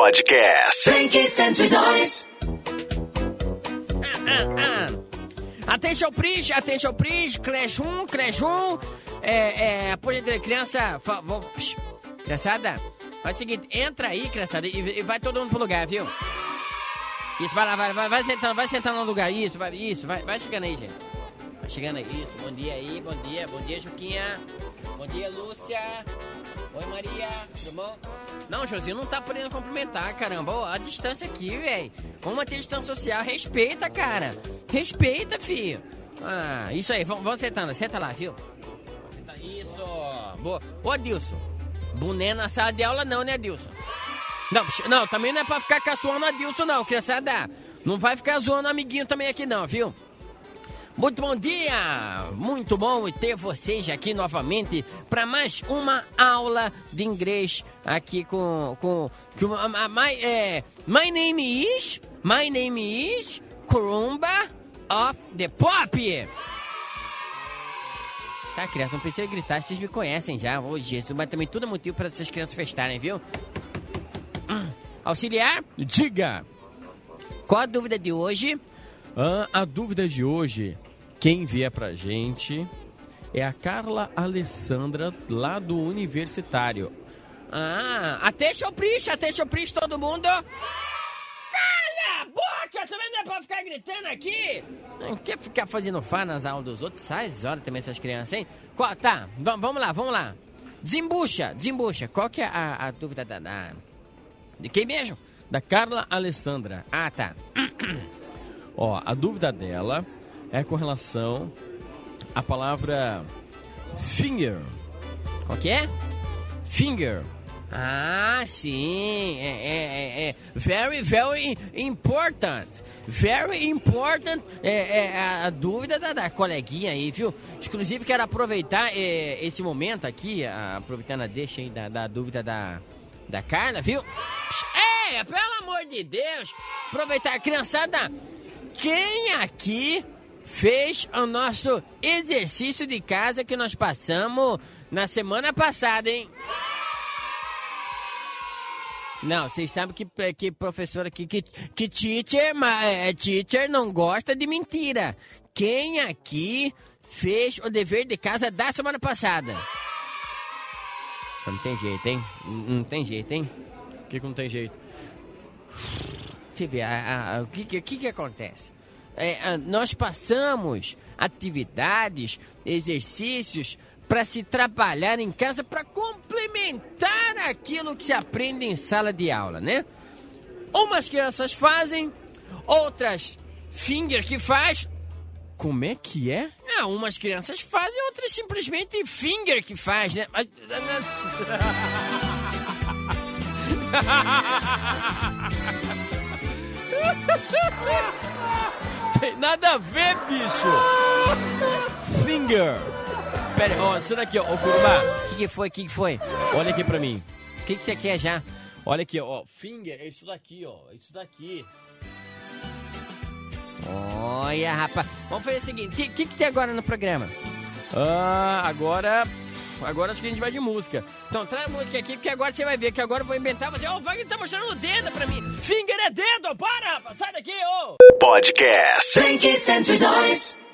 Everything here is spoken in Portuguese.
Podcast. Blink 102. Atenção, please, Clash 1. Por entre criança, criançada, faz o seguinte, entra aí, criançada, e vai todo mundo pro lugar, viu? Isso, vai lá, vai sentando no lugar, vai chegando aí, gente. Vai chegando aí, isso, bom dia, Juquinha, bom dia, Lúcia, oi, Maria, tudo bom? Não, Josinho, não tá podendo cumprimentar, caramba, ó, a distância aqui, velho, vamos manter a distância social, respeita, cara, respeita, filho. Isso aí, vamos sentando, senta lá, viu? Isso, boa. Ô, Adilson, boné na sala de aula não, né, Adilson? Não, também não é pra ficar caçoando a Adilson, não, criançada. Não vai ficar zoando o amiguinho também aqui, não, viu? Muito bom dia! Muito bom ter vocês aqui novamente para mais uma aula de inglês aqui My name is Kurumba of the Pop. Tá, criança, não precisa gritar, vocês me conhecem já. Ô, Jesus, mas também tudo é motivo para essas crianças festarem, viu? Auxiliar, diga! Qual a dúvida de hoje? A dúvida de hoje, quem vier pra gente é a Carla Alessandra, lá do Universitário. Atenção, please, todo mundo! Cala a boca! Também não é pra ficar gritando aqui! Não quer ficar fazendo fã nas aulas dos outros? Sai as horas também essas crianças, hein? Tá, vamos lá. Desembucha. Qual que é a dúvida de quem mesmo? Da Carla Alessandra. Tá. Ó, a dúvida dela é com relação à palavra finger. Qual que é? Finger. Sim. Very, very important. Very important. A dúvida da coleguinha aí, viu? Inclusive, quero aproveitar esse momento aqui, aproveitando a deixa aí da dúvida da Carla, viu? Pelo amor de Deus! Aproveitar, criançada, quem aqui fez o nosso exercício de casa que nós passamos na semana passada, hein? Não, vocês sabem que professor aqui, que teacher não gosta de mentira. Quem aqui fez o dever de casa da semana passada? Não tem jeito, hein? Não tem jeito, hein? O que não tem jeito? Você vê, o que acontece? Nós passamos atividades, exercícios para se trabalhar em casa para complementar aquilo que se aprende em sala de aula, né? Umas crianças fazem, outras finger que faz. Como é que é? Umas crianças fazem, outras simplesmente finger que faz, né? Tem nada a ver, bicho. Finger. Pera, isso daqui, ó, Curumá. O que foi? Olha aqui pra mim. O que você quer já? Olha aqui, ó, finger é isso daqui, ó, isso daqui. Olha, rapaz. Vamos fazer o seguinte, o que tem agora no programa? Agora acho que a gente vai de música. Então traz a música aqui, porque agora você vai ver que agora eu vou inventar. O Wagner tá mostrando o dedo pra mim. Finger é dedo, para, rapaz, sai daqui, ô! Podcast Blink 102.